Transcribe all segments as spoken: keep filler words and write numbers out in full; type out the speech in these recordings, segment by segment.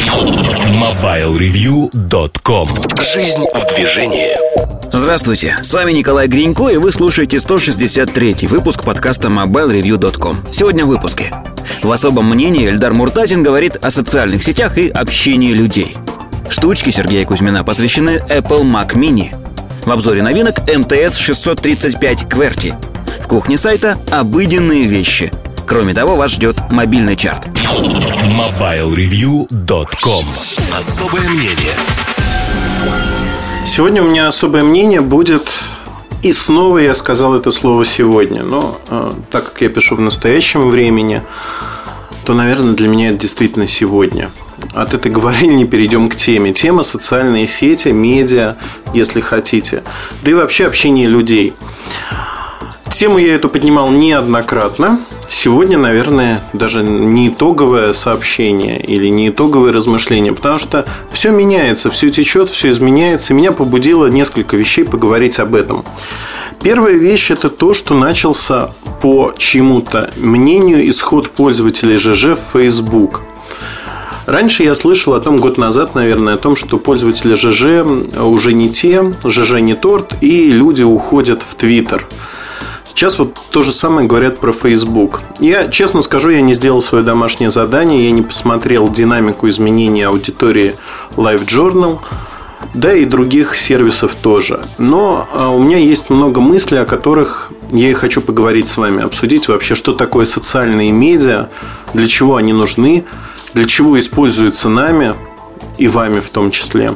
мобайл ревью точка ком. Жизнь в движении. Здравствуйте, с вами Николай Гринько, и вы слушаете сто шестьдесят третий выпуск подкаста мобайл ревью точка ком. Сегодня в выпуске. В особом мнении Эльдар Муртазин говорит о социальных сетях и общении людей. Штучки Сергея Кузьмина посвящены Apple Mac Mini. В обзоре новинок эм тэ эс шестьсот тридцать пять QWERTY. В кухне сайта обыденные вещи. Кроме того, вас ждет мобильный чарт. мобайл ревью точка ком. Особое мнение. Сегодня у меня особое мнение будет, и снова я сказал это слово сегодня. Но э, так как я пишу в настоящем времени, то, наверное, для меня это действительно сегодня. От этой говорильни перейдем к теме. Тема социальные сети, медиа, если хотите. Да и вообще общение людей. Тему я эту поднимал неоднократно. Сегодня, наверное, даже не итоговое сообщение или не итоговое размышление, потому что все меняется, все течет, все изменяется. И меня побудило несколько вещей поговорить об этом. Первая вещь – это то, что начался по чьему-то мнению исход пользователей ЖЖ в Facebook. Раньше я слышал о том, год назад, наверное, о том, что пользователи ЖЖ уже не те, ЖЖ не торт, и люди уходят в Твиттер. Сейчас вот то же самое говорят про Facebook. Я, честно скажу, я не сделал свое домашнее задание, я не посмотрел динамику изменения аудитории LiveJournal, да и других сервисов тоже. Но у меня есть много мыслей, о которых я и хочу поговорить с вами, обсудить вообще, что такое социальные медиа, для чего они нужны, для чего используются нами и вами в том числе.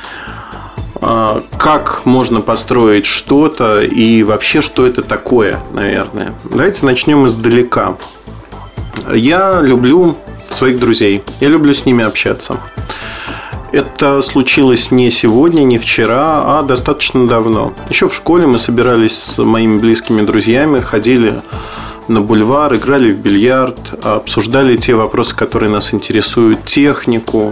Как можно построить что-то и вообще, что это такое, наверное. Давайте начнем издалека. Я люблю своих друзей. Я люблю с ними общаться. Это случилось не сегодня, не вчера, а достаточно давно. Еще в школе мы собирались с моими близкими друзьями, ходили на бульвар, играли в бильярд, обсуждали те вопросы, которые нас интересуют, технику,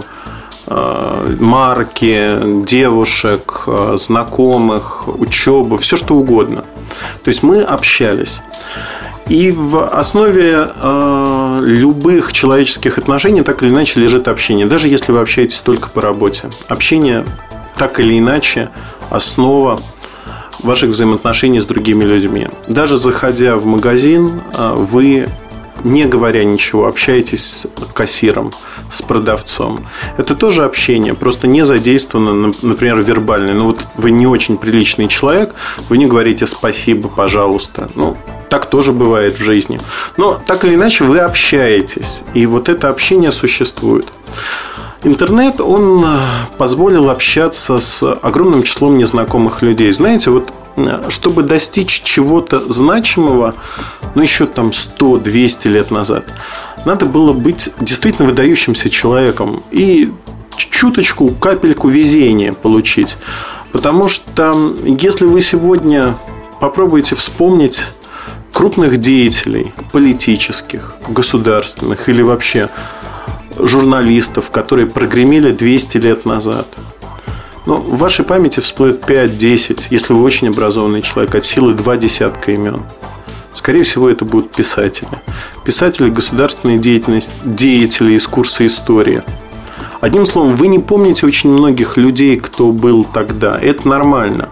марки, девушек, знакомых, учебу, все что угодно. То есть мы общались. И в основе э, любых человеческих отношений так или иначе лежит общение. Даже если вы общаетесь только по работе. Общение так или иначе основа ваших взаимоотношений с другими людьми. Даже заходя в магазин, э, вы, не говоря ничего, общаетесь с кассиром, с продавцом. Это тоже общение, просто не задействовано, например, вербально. Ну вот вы не очень приличный человек, вы не говорите спасибо, пожалуйста. Ну, так тоже бывает в жизни. Но так или иначе вы общаетесь, и вот это общение существует. Интернет, он позволил общаться с огромным числом незнакомых людей. Знаете, вот чтобы достичь чего-то значимого, ну, еще там сто-двести лет назад, надо было быть действительно выдающимся человеком и чуточку, капельку везения получить. Потому что если вы сегодня попробуете вспомнить крупных деятелей, политических, государственных или вообще журналистов, которые прогремели двести лет назад, но в вашей памяти всплывет пять-десять, если вы очень образованный человек, от силы два десятка имен. Скорее всего, это будут писатели. Писатели государственной деятельности, деятели из курса истории. Одним словом, вы не помните очень многих людей, кто был тогда. Это нормально.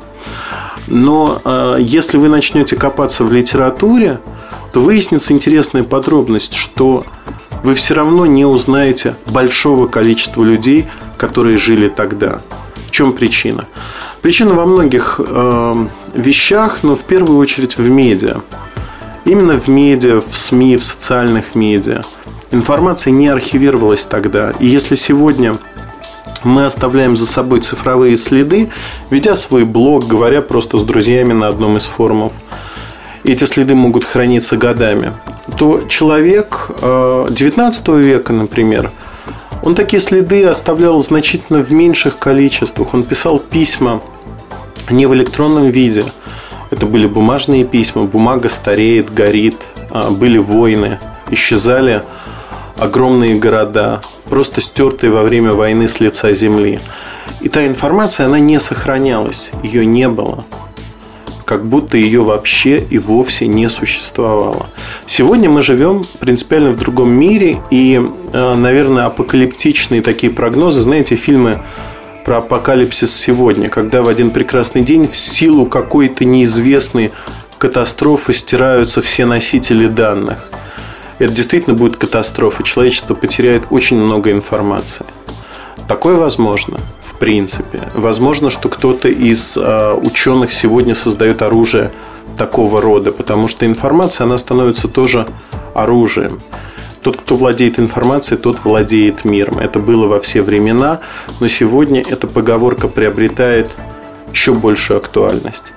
Но э, если вы начнете копаться в литературе, то выяснится интересная подробность, что вы все равно не узнаете большого количества людей, которые жили тогда. В чем причина? Причина во многих э, вещах, но в первую очередь в медиа. Именно в медиа, в СМИ, в социальных медиа. Информация не архивировалась тогда. И если сегодня мы оставляем за собой цифровые следы, ведя свой блог, говоря просто с друзьями на одном из форумов, эти следы могут храниться годами, то человек девятнадцатого века, например, он такие следы оставлял значительно в меньших количествах. Он писал письма не в электронном виде. Это были бумажные письма. Бумага стареет, горит. Были войны. Исчезали огромные города, просто стертые во время войны с лица земли. И та информация, она не сохранялась. Ее не было. как будто ее вообще и вовсе не существовало. Сегодня мы живем принципиально в другом мире, и, наверное, апокалиптичные такие прогнозы, знаете, фильмы про апокалипсис сегодня, когда в один прекрасный день в силу какой-то неизвестной катастрофы стираются все носители данных. Это действительно будет катастрофа. Человечество потеряет очень много информации. Такое возможно, в принципе. Возможно, что кто-то из э, ученых сегодня создает оружие такого рода, потому что информация, она становится тоже оружием. Тот, кто владеет информацией, тот владеет миром. Это было во все времена, но сегодня эта поговорка приобретает еще большую актуальность.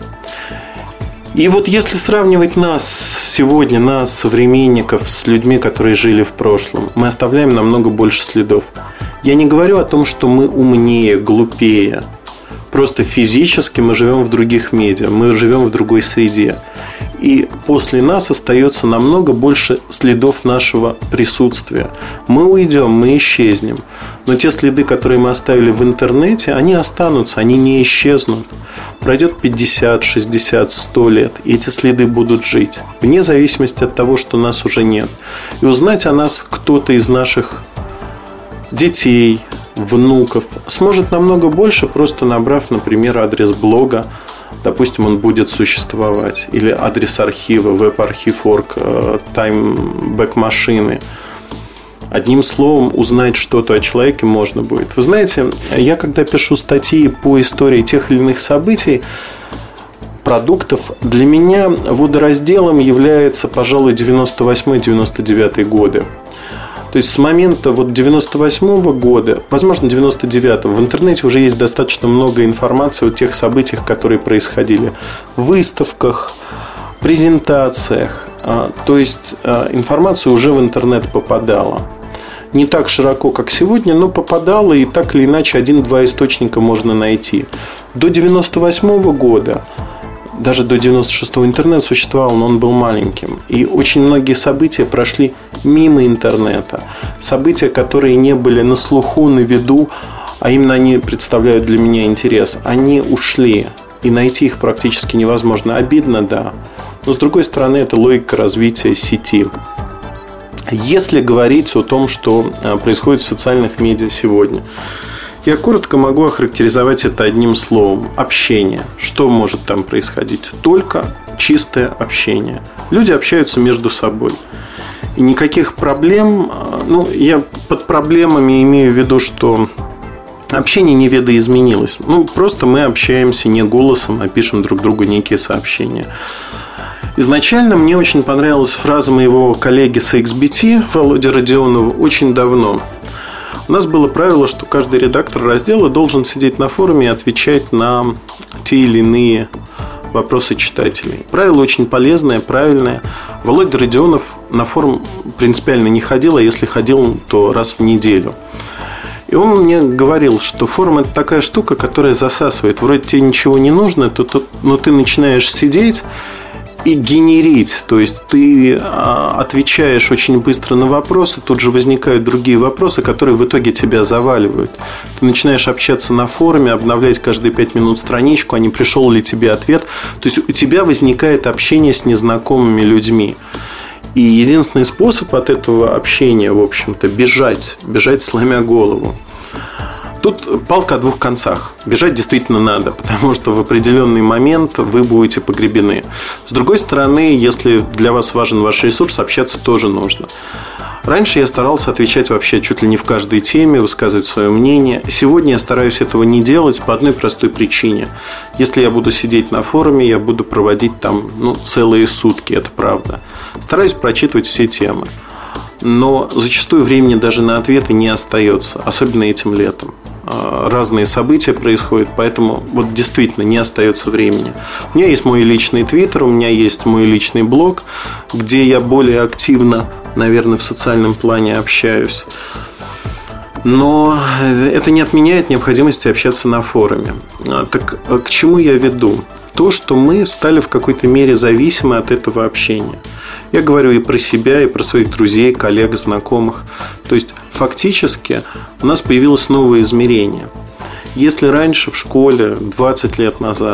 И вот если сравнивать нас сегодня, нас, современников, с людьми, которые жили в прошлом, мы оставляем намного больше следов. Я не говорю о том, что мы умнее, глупее. Просто физически мы живем в других медиа, мы живем в другой среде. И после нас остается намного больше следов нашего присутствия. Мы уйдем, мы исчезнем. Но те следы, которые мы оставили в интернете, они останутся, они не исчезнут. Пройдет пятьдесят, шестьдесят, сто лет, и эти следы будут жить, вне зависимости от того, что нас уже нет. И узнать о нас кто-то из наших детей, внуков сможет намного больше, просто набрав, например, адрес блога. Допустим, он будет существовать. Или адрес архива, веб-архив точка орг, таймбэк-машины. Одним словом, узнать что-то о человеке можно будет. Вы знаете, я когда пишу статьи по истории тех или иных событий, продуктов, для меня водоразделом является, пожалуй, девяносто восьмой - девяносто девятый годы. То есть с момента вот девяносто восьмого года, возможно, девяносто девятого, в интернете уже есть достаточно много информации о тех событиях, которые происходили в выставках, презентациях. То есть информация уже в интернет попадала. Не так широко, как сегодня, но попадала, и так или иначе один-два источника можно найти. До девяносто восьмого года, даже до девяносто шестого интернет существовал, но он был маленьким. И очень многие события прошли мимо интернета. События, которые не были на слуху, на виду, а именно они представляют для меня интерес, они ушли. И найти их практически невозможно. Обидно, да. Но с другой стороны, это логика развития сети. Если говорить о том, что происходит в социальных медиа сегодня, я коротко могу охарактеризовать это одним словом – общение. Что может там происходить? Только чистое общение. Люди общаются между собой. И никаких проблем, ну, я под проблемами имею в виду, что общение не видоизменилось. Ну, просто мы общаемся не голосом, а пишем друг другу некие сообщения. Изначально мне очень понравилась фраза моего коллеги с икс би ти Володи Родионова очень давно. У нас было правило, что каждый редактор раздела должен сидеть на форуме и отвечать на те или иные вопросы читателей. Правило очень полезное, правильное. Володя Родионов на форум принципиально не ходил, а если ходил, то раз в неделю. И он мне говорил, что форум – это такая штука, которая засасывает. Вроде тебе ничего не нужно, то, то, но ты начинаешь сидеть и генерить, то есть ты отвечаешь очень быстро на вопросы, тут же возникают другие вопросы, которые в итоге тебя заваливают. Ты начинаешь общаться на форуме, обновлять каждые пять минут страничку, а не пришел ли тебе ответ. То есть у тебя возникает общение с незнакомыми людьми. И единственный способ от этого общения, в общем-то, бежать, бежать сломя голову. Тут палка о двух концах. Бежать действительно надо, потому что в определенный момент вы будете погребены. С другой стороны, если для вас важен ваш ресурс, общаться тоже нужно. Раньше я старался отвечать вообще чуть ли не в каждой теме, высказывать свое мнение. Сегодня я стараюсь этого не делать по одной простой причине. Если я буду сидеть на форуме, я буду проводить там ну, целые сутки, это правда. Стараюсь прочитывать все темы. Но зачастую времени даже на ответы не остается, особенно этим летом. Разные события происходят, поэтому вот действительно не остается времени. У меня есть мой личный твиттер, у меня есть мой личный блог, где я более активно, наверное, в социальном плане общаюсь. Но это не отменяет необходимости общаться на форуме. Так к чему я веду? То, что мы стали в какой-то мере зависимы от этого общения. Я говорю и про себя, и про своих друзей, коллег, знакомых. То есть, фактически, у нас появилось новое измерение. Если раньше в школе, двадцать лет назад,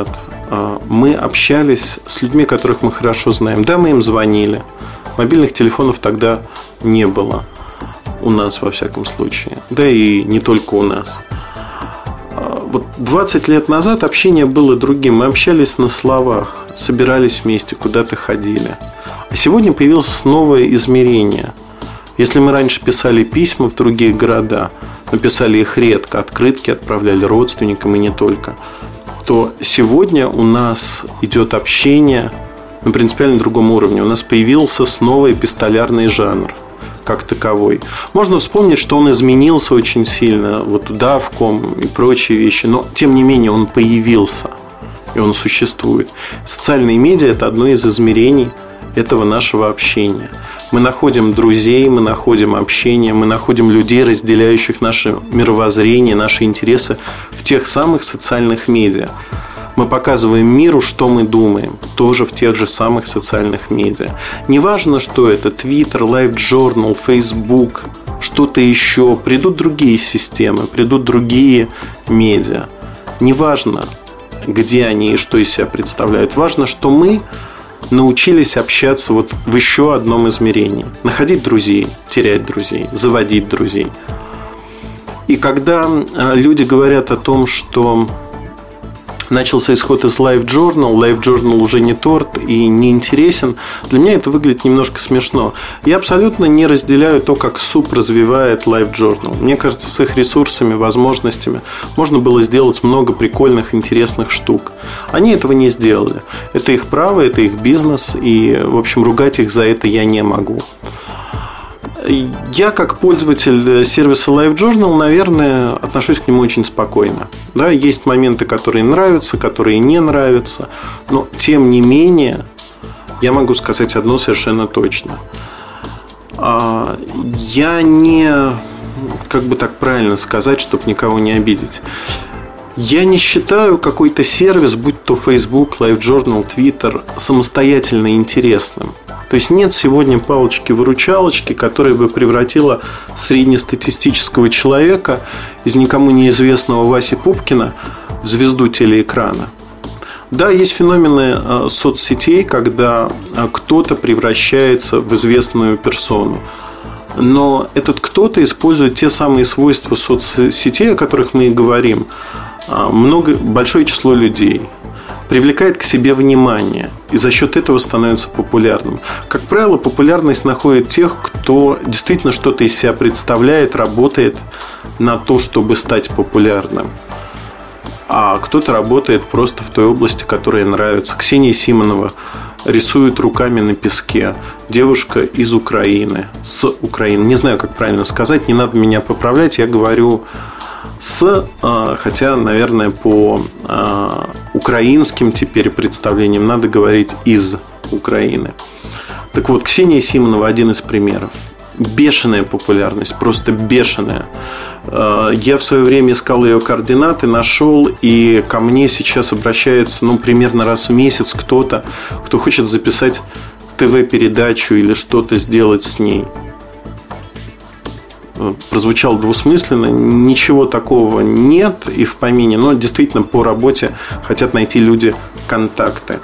мы общались с людьми, которых мы хорошо знаем. Да, мы им звонили. Мобильных телефонов тогда не было. У нас, во всяком случае. Да и не только у нас. Вот двадцать лет назад общение было другим. Мы общались на словах, собирались вместе, куда-то ходили. А сегодня появилось новое измерение. Если мы раньше писали письма в другие города, но писали их редко, открытки отправляли родственникам и не только, то сегодня у нас идет общение на принципиально другом уровне. У нас появился снова эпистолярный жанр как таковой. Можно вспомнить, что он изменился очень сильно, вот давком и прочие вещи, но тем не менее он появился, и он существует. Социальные медиа – это одно из измерений этого нашего общения. Мы находим друзей, мы находим общение, мы находим людей, разделяющих наше мировоззрение, наши интересы в тех самых социальных медиа. Мы показываем миру, что мы думаем, тоже в тех же самых социальных медиа. Неважно, что это Twitter, LiveJournal, Facebook, что-то еще. Придут другие системы, придут другие медиа. Неважно, где они и что из себя представляют. Важно, что мы научились общаться вот в еще одном измерении. Находить друзей, терять друзей, заводить друзей. И когда люди говорят о том, что начался исход из LiveJournal, LiveJournal уже не торт и не интересен, для меня это выглядит немножко смешно. Я абсолютно не разделяю то, как суп развивает LiveJournal. Мне кажется, с их ресурсами, возможностями можно было сделать много прикольных, интересных штук. Они этого не сделали. Это их право, это их бизнес, и, в общем, ругать их за это я не могу. Я, как пользователь сервиса LiveJournal, наверное, отношусь к нему очень спокойно. Да, есть моменты, которые нравятся, которые не нравятся. Но, тем не менее, я могу сказать одно совершенно точно. Я не... Как бы так правильно сказать, чтобы никого не обидеть. Я не считаю какой-то сервис, будь то Facebook, LiveJournal, Twitter, самостоятельно интересным. То есть нет сегодня палочки-выручалочки, которая бы превратила среднестатистического человека из никому неизвестного Васи Пупкина в звезду телеэкрана. Да, есть феномены соцсетей, когда кто-то превращается в известную персону. Но этот кто-то использует те самые свойства соцсетей, о которых мы и говорим. Много, большое число людей привлекает к себе внимание и за счет этого становится популярным. Как правило, популярность находит тех, кто действительно что-то из себя представляет, работает на то, чтобы стать популярным. А кто-то работает просто в той области, которая нравится. Ксения Симонова рисует руками на песке. Девушка из Украины, с Украины. Не знаю, как правильно сказать, не надо меня поправлять. Я говорю с, хотя, наверное, по украинским теперь представлениям надо говорить из Украины. Так вот, Ксения Симонова один из примеров. Бешеная популярность, просто бешеная. Я в свое время искал ее координаты, нашел, и ко мне сейчас обращается, ну, примерно раз в месяц кто-то, кто хочет записать ТВ-передачу или что-то сделать с ней. Прозвучало двусмысленно, ничего такого нет и в помине, но действительно по работе хотят найти люди контакты.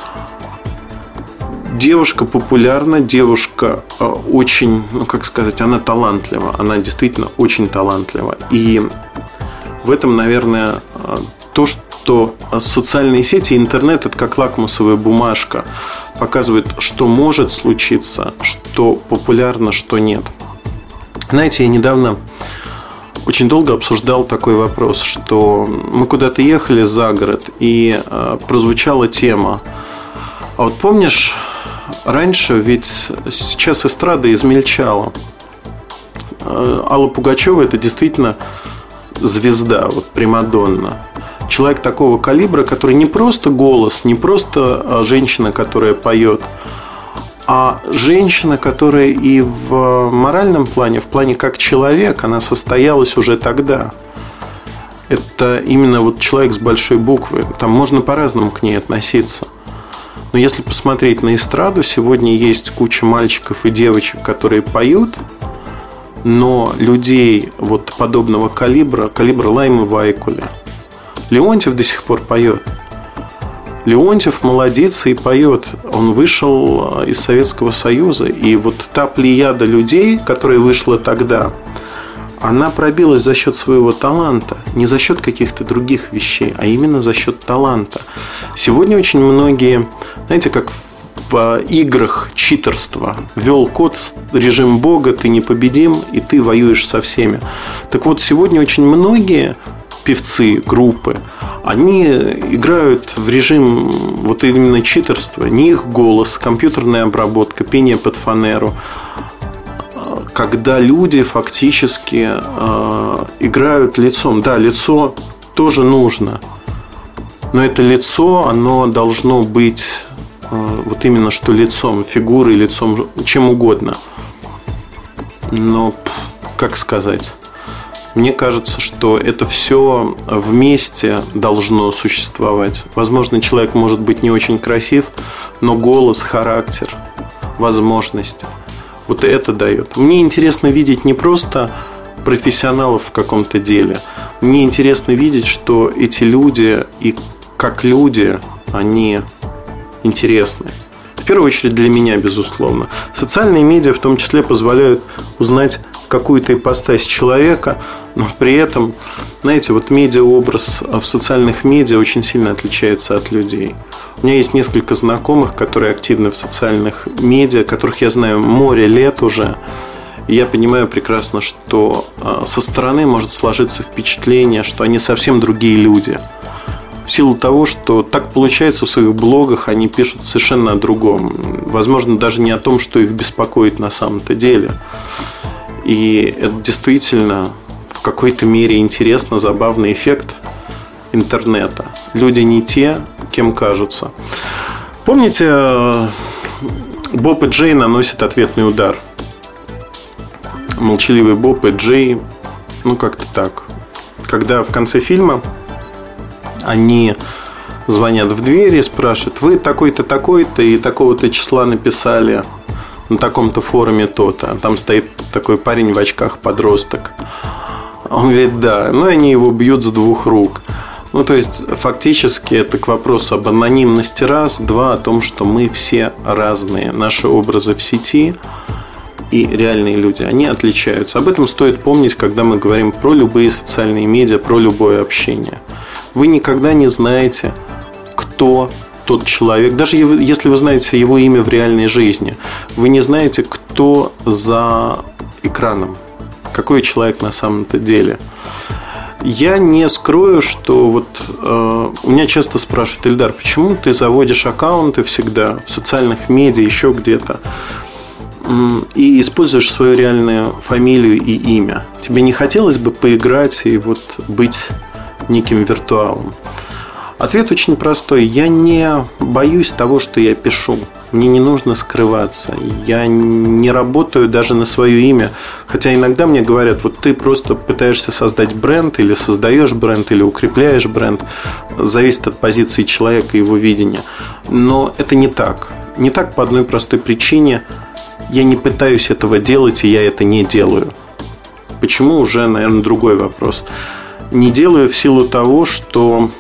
Девушка популярна, девушка очень, ну как сказать, она талантлива, она действительно очень талантлива. И в этом, наверное, то, что социальные сети, интернет – это как лакмусовая бумажка, показывает, что может случиться, что популярно, что нет. Знаете, я недавно очень долго обсуждал такой вопрос, что мы куда-то ехали за город, и прозвучала тема. А вот помнишь, раньше ведь сейчас эстрада измельчала. Алла Пугачева – это действительно звезда, вот примадонна. Человек такого калибра, который не просто голос, не просто женщина, которая поет, а женщина, которая и в моральном плане, в плане как человек, она состоялась уже тогда. Это именно вот человек с большой буквы. Там можно по-разному к ней относиться. Но если посмотреть на эстраду, сегодня есть куча мальчиков и девочек, которые поют, но людей вот подобного калибра, калибра Лаймы Вайкуле. Леонтьев до сих пор поет. Леонтьев молодец и поет. Он вышел из Советского Союза. И вот та плеяда людей, которая вышла тогда, она пробилась за счет своего таланта. Не за счет каких-то других вещей, а именно за счет таланта. Сегодня очень многие, знаете, как в играх читерство. Ввел код, режим бога, ты непобедим, и ты воюешь со всеми. Так вот, сегодня очень многие певцы, группы, они играют в режим вот именно читерства. Не их голос, компьютерная обработка, пение под фанеру. Когда люди фактически э, играют лицом. Да, лицо тоже нужно. Но это лицо, оно должно быть э, вот именно что лицом, фигурой, лицом, чем угодно. Но, как сказать... Мне кажется, что это все вместе должно существовать. Возможно, человек может быть не очень красив, но голос, характер, возможности, вот это дает. Мне интересно видеть не просто профессионалов в каком-то деле. Мне интересно видеть, что эти люди и как люди, они интересны. В первую очередь для меня, безусловно. Социальные медиа в том числе позволяют узнать какую-то ипостась человека, но при этом, знаете, вот медиаобраз в социальных медиа очень сильно отличается от людей. У меня есть несколько знакомых, которые активны в социальных медиа, которых я знаю море лет уже. И я понимаю прекрасно, что со стороны может сложиться впечатление, что они совсем другие люди. В силу того, что так получается в своих блогах, они пишут совершенно о другом. Возможно, даже не о том, что их беспокоит на самом-то деле. И это действительно в какой-то мере интересно, забавный эффект интернета. Люди не те, кем кажутся. Помните, Боб и Джей наносят ответный удар? Молчаливый Боб и Джей, ну как-то так. Когда в конце фильма они звонят в дверь и спрашивают: вы такой-то, такой-то и такого-то числа написали на таком-то форуме то-то. Там стоит такой парень в очках, подросток. Он говорит: да. Ну, и они его бьют с двух рук. Ну, то есть, фактически, это к вопросу об анонимности раз. Два, о том, что мы все разные. Наши образы в сети и реальные люди, они отличаются. Об этом стоит помнить, когда мы говорим про любые социальные медиа, про любое общение. Вы никогда не знаете, кто тот человек. Даже если вы знаете его имя в реальной жизни, вы не знаете, кто за экраном, какой человек на самом-то деле. Я не скрою, что вот э, у меня часто спрашивают: Эльдар, почему ты заводишь аккаунты всегда в социальных медиа, еще где-то, э, и используешь свою реальную фамилию и имя? Тебе не хотелось бы поиграть и вот быть неким виртуалом? Ответ очень простой. Я не боюсь того, что я пишу. Мне не нужно скрываться. Я не работаю даже на свое имя. Хотя иногда мне говорят: вот ты просто пытаешься создать бренд, или создаешь бренд, или укрепляешь бренд. Зависит от позиции человека и его видения. Но это не так. Не так по одной простой причине. Я не пытаюсь этого делать, и я это не делаю. Почему, уже, наверное, другой вопрос. Не делаю в силу того, что...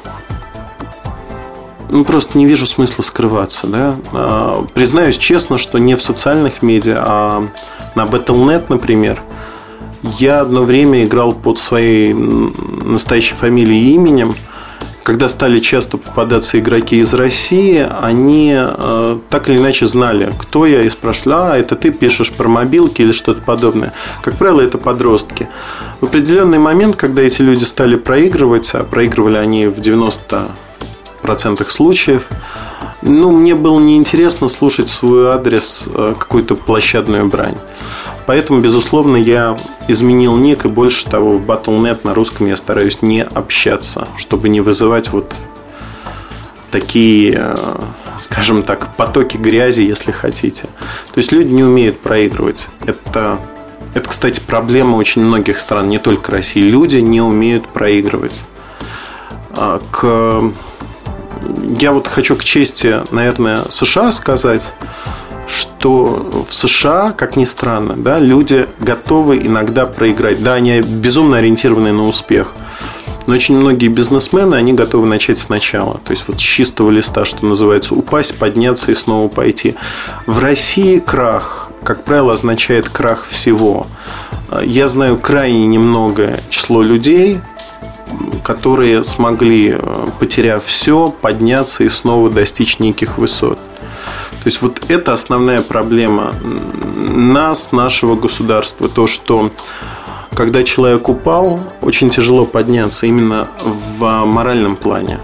Ну, просто не вижу смысла скрываться, да? а, Признаюсь честно, что не в социальных медиа, а на Battle точка нет, например, я одно время играл под своей настоящей фамилией и именем. Когда стали часто попадаться игроки из России, они э, так или иначе знали, кто я, и спрашивали: а, это ты пишешь про мобилки или что-то подобное. Как правило, это подростки. В определенный момент, когда эти люди стали проигрывать, а проигрывали они в девяноста процентах случаев, ну, мне было неинтересно слушать в свой адрес какую-то площадную брань. Поэтому, безусловно, я изменил ник, и больше того, в Battle точка нет на русском я стараюсь не общаться, чтобы не вызывать вот такие, скажем так, потоки грязи, если хотите. То есть люди не умеют проигрывать. Это, это, кстати, проблема очень многих стран, не только России. Люди не умеют проигрывать. К... Я вот хочу к чести, наверное, США сказать, что в США, как ни странно, да, люди готовы иногда проиграть. Да, они безумно ориентированы на успех. Но очень многие бизнесмены, они готовы начать сначала. То есть вот с чистого листа, что называется, упасть, подняться и снова пойти. В России крах, как правило, означает крах всего. Я знаю крайне немногое число людей, которые смогли, потеряв все, подняться и снова достичь неких высот. То есть вот это основная проблема нас, нашего государства. То, что когда человек упал, очень тяжело подняться именно в моральном плане.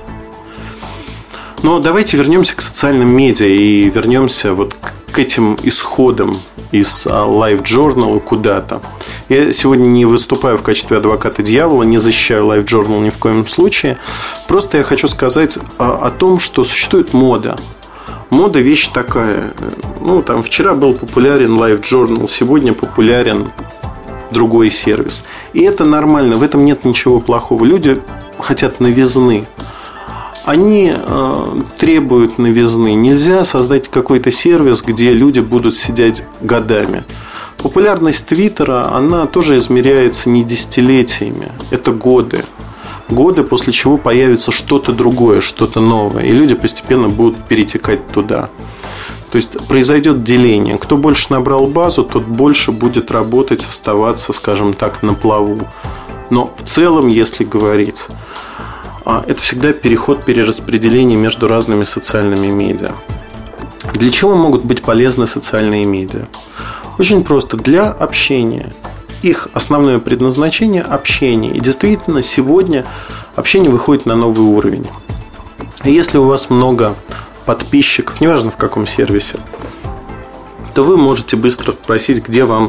Но давайте вернемся к социальным медиа и вернемся вот к этим исходам из Life Journal куда-то. Я сегодня не выступаю в качестве адвоката дьявола, не защищаю Life Journal ни в коем случае. Просто я хочу сказать о, о том, что существует мода. Мода вещь такая. Ну, там вчера был популярен Life Journal, сегодня популярен другой сервис. И это нормально, в этом нет ничего плохого. Люди хотят новизны. Они э, требуют новизны. Нельзя создать какой-то сервис, где люди будут сидеть годами. Популярность Твиттера, она тоже измеряется не десятилетиями. Это годы. Годы, после чего появится что-то другое, что-то новое. И люди постепенно будут перетекать туда. То есть произойдет деление. Кто больше набрал базу, тот больше будет работать, оставаться, скажем так, на плаву. Но в целом, если говорить, это всегда переход, перераспределение между разными социальными медиа. Для чего могут быть полезны социальные медиа? Очень просто. Для общения. Их основное предназначение – общение. И действительно, сегодня общение выходит на новый уровень. И если у вас много подписчиков, неважно в каком сервисе, то вы можете быстро спросить, где вам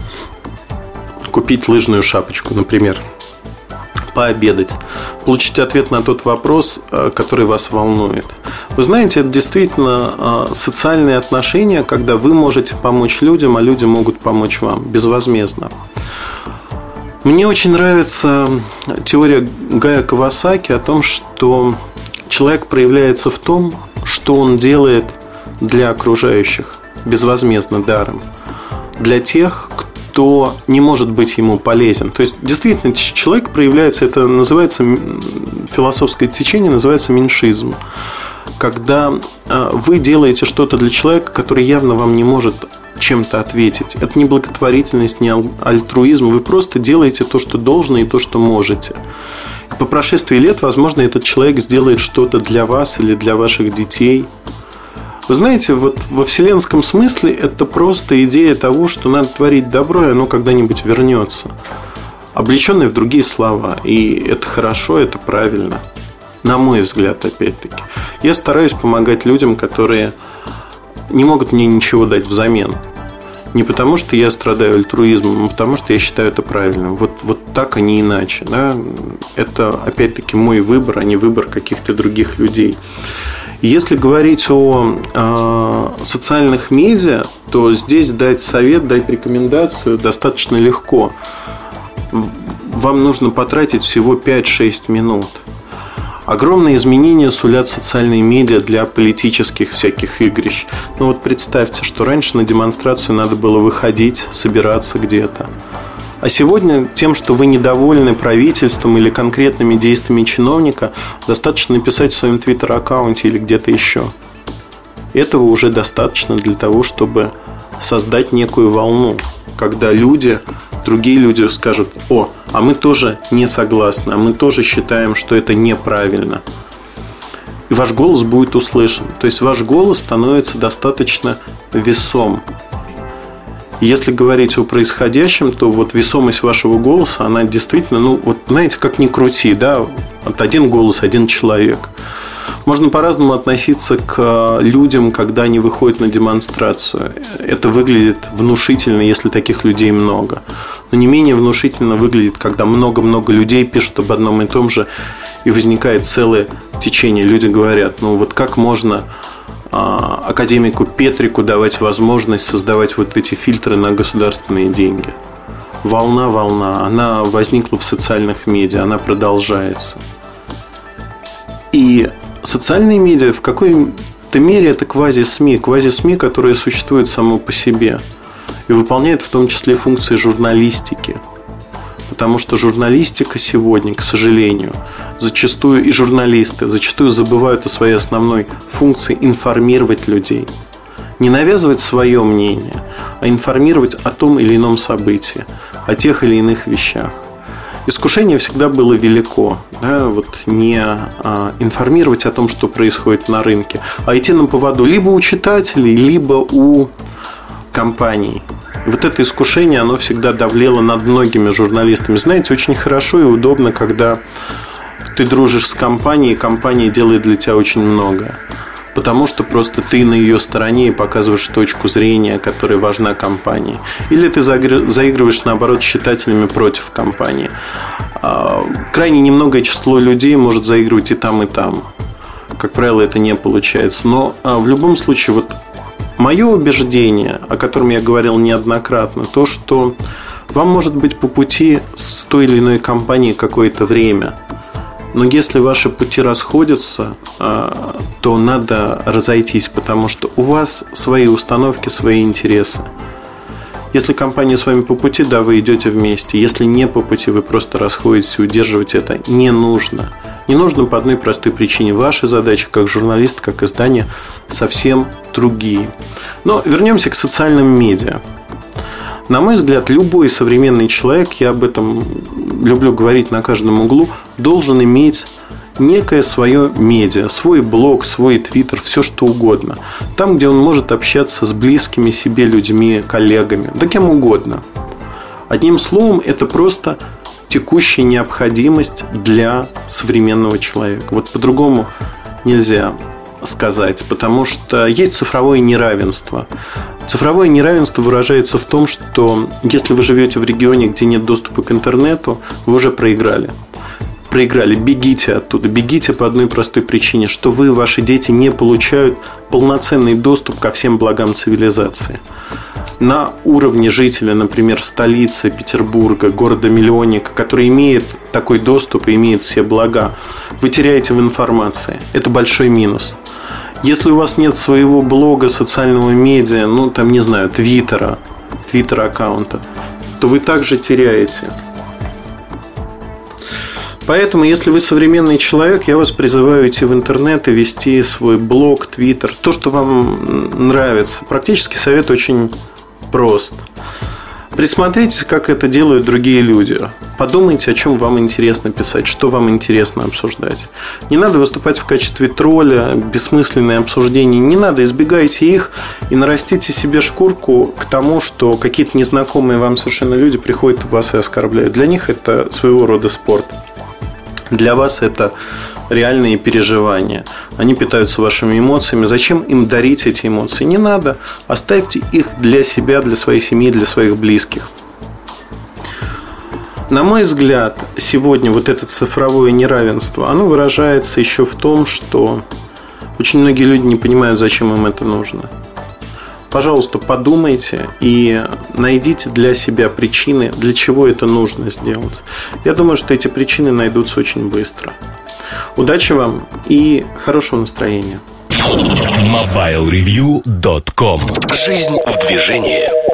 купить лыжную шапочку, например, пообедать, получить ответ на тот вопрос, который вас волнует. Вы знаете, это действительно социальные отношения, когда вы можете помочь людям, а люди могут помочь вам безвозмездно. Мне очень нравится теория Гая Кавасаки о том, что человек проявляется в том, что он делает для окружающих безвозмездно, даром. Для тех, кто не может быть ему полезен. То есть, действительно, человек проявляется, это называется, философское течение называется меньшизм. Когда вы делаете что-то для человека, который явно вам не может чем-то ответить. Это не благотворительность, не альтруизм. Вы просто делаете то, что должно, и то, что можете. По прошествии лет, возможно, этот человек сделает что-то для вас или для ваших детей. Вы знаете, вот во вселенском смысле это просто идея того, что надо творить добро, и оно когда-нибудь вернется, облеченное в другие слова. И это хорошо, это правильно. На мой взгляд, опять-таки. Я стараюсь помогать людям, которые не могут мне ничего дать взамен. Не потому, что я страдаю альтруизмом, а потому, что я считаю это правильным. Вот, вот так, а не иначе. Да? Это, опять-таки, мой выбор, а не выбор каких-то других людей. Если говорить о э, социальных медиа, то здесь дать совет, дать рекомендацию достаточно легко. Вам нужно потратить всего пять-шесть минут. Огромные изменения сулят социальные медиа для политических всяких игрищ. Ну вот представьте, что раньше на демонстрацию надо было выходить, собираться где-то. А сегодня тем, что вы недовольны правительством или конкретными действиями чиновника, достаточно написать в своем твиттер-аккаунте или где-то еще. Этого уже достаточно для того, чтобы создать некую волну, когда люди, другие люди скажут: о, а мы тоже не согласны, а мы тоже считаем, что это неправильно. И ваш голос будет услышан. То есть ваш голос становится достаточно весом. Если говорить о происходящем, то вот весомость вашего голоса, она действительно, ну, вот знаете, как ни крути, да, вот один голос, один человек. Можно по-разному относиться к людям, когда они выходят на демонстрацию. Это выглядит внушительно, если таких людей много. Но не менее внушительно выглядит, когда много-много людей пишут об одном и том же, и возникает целое течение. Люди говорят: ну вот как можно академику Петрику давать возможность создавать вот эти фильтры на государственные деньги? Волна, волна, она возникла в социальных медиа, она продолжается. И социальные медиа в какой-то мере это квази-СМИ, квази-СМИ, которые существуют само по себе и выполняют в том числе функции журналистики. Потому что журналистика сегодня, к сожалению, зачастую и журналисты зачастую забывают о своей основной функции информировать людей. Не навязывать свое мнение, а информировать о том или ином событии, о тех или иных вещах. Искушение всегда было велико, да, вот не а, информировать о том, что происходит на рынке, а идти на поводу либо у читателей, либо у компаний. Вот это искушение, оно всегда давлело над многими журналистами. Знаете, очень хорошо и удобно, когда ты дружишь с компанией, и компания делает для тебя очень многое. Потому что просто ты на ее стороне и показываешь точку зрения, которая важна компании. Или ты заигрываешь, наоборот, с читателями против компании. Крайне немногое число людей может заигрывать и там, и там. Как правило, это не получается. Но в любом случае, вот мое убеждение, о котором я говорил неоднократно, то, что вам может быть по пути с той или иной компанией какое-то время. Но если ваши пути расходятся, то надо разойтись, потому что у вас свои установки, свои интересы. Если компания с вами по пути, да, вы идете вместе. Если не по пути, вы просто расходитесь, удерживать это не нужно. Не нужно по одной простой причине. Ваши задачи, как журналист, как издание, совсем другие. Но вернемся к социальным медиа. На мой взгляд, любой современный человек, я об этом люблю говорить на каждом углу, должен иметь некое свое медиа, свой блог, свой твиттер, все что угодно. Там, где он может общаться с близкими себе людьми, коллегами, да кем угодно. Одним словом, это просто текущая необходимость для современного человека. Вот по-другому нельзя сказать, потому что есть цифровое неравенство. Цифровое неравенство выражается в том, что если вы живете в регионе, где нет доступа к интернету, вы уже проиграли. Проиграли, бегите оттуда, бегите по одной простой причине, что вы, ваши дети не получают полноценный доступ ко всем благам цивилизации. На уровне жителя, например, столицы Петербурга, города-миллионника, который имеет такой доступ и имеет все блага, вы теряете в информации. Это большой минус. Если у вас нет своего блога, социального медиа, ну там, не знаю, твиттера, твиттер-аккаунта, то вы также теряете. Поэтому, если вы современный человек, я вас призываю идти в интернет и вести свой блог, твиттер, то, что вам нравится. Практически совет очень прост. Присмотритесь, как это делают другие люди. Подумайте, о чем вам интересно писать, что вам интересно обсуждать. Не надо выступать в качестве тролля, бессмысленные обсуждения. Не надо, избегайте их и нарастите себе шкурку к тому, что какие-то незнакомые вам совершенно люди приходят в вас и оскорбляют. Для них это своего рода спорт. Для вас это реальные переживания. Они питаются вашими эмоциями. Зачем им дарить эти эмоции? Не надо. Оставьте их для себя, для своей семьи, для своих близких. На мой взгляд, сегодня вот это цифровое неравенство, оно выражается еще в том, что очень многие люди не понимают, зачем им это нужно. Пожалуйста, подумайте и найдите для себя причины, для чего это нужно сделать. Я думаю, что эти причины найдутся очень быстро. Удачи вам и хорошего настроения. мобайл ревью точка ком. Жизнь в движении.